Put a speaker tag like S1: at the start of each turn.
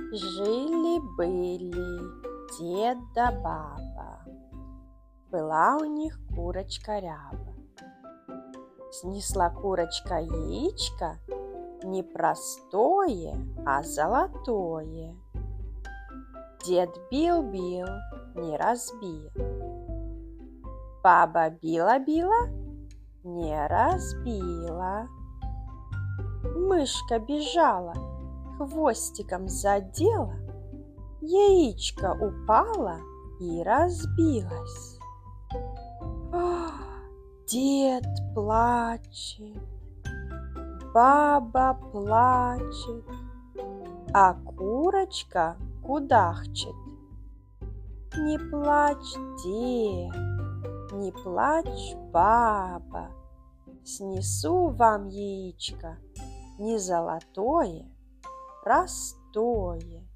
S1: Жили-были дед да баба, была у них курочка ряба. Снесла курочка яичко, не простое, а золотое. Дед бил-бил, не разбил. Баба била-била, не разбила. Мышка бежала, хвостиком задела, яичко упало и разбилось. Дед плачет, баба плачет, а курочка кудахчет. Не плачь, дед, не плачь, баба, снесу вам яичко, не золотое, простое.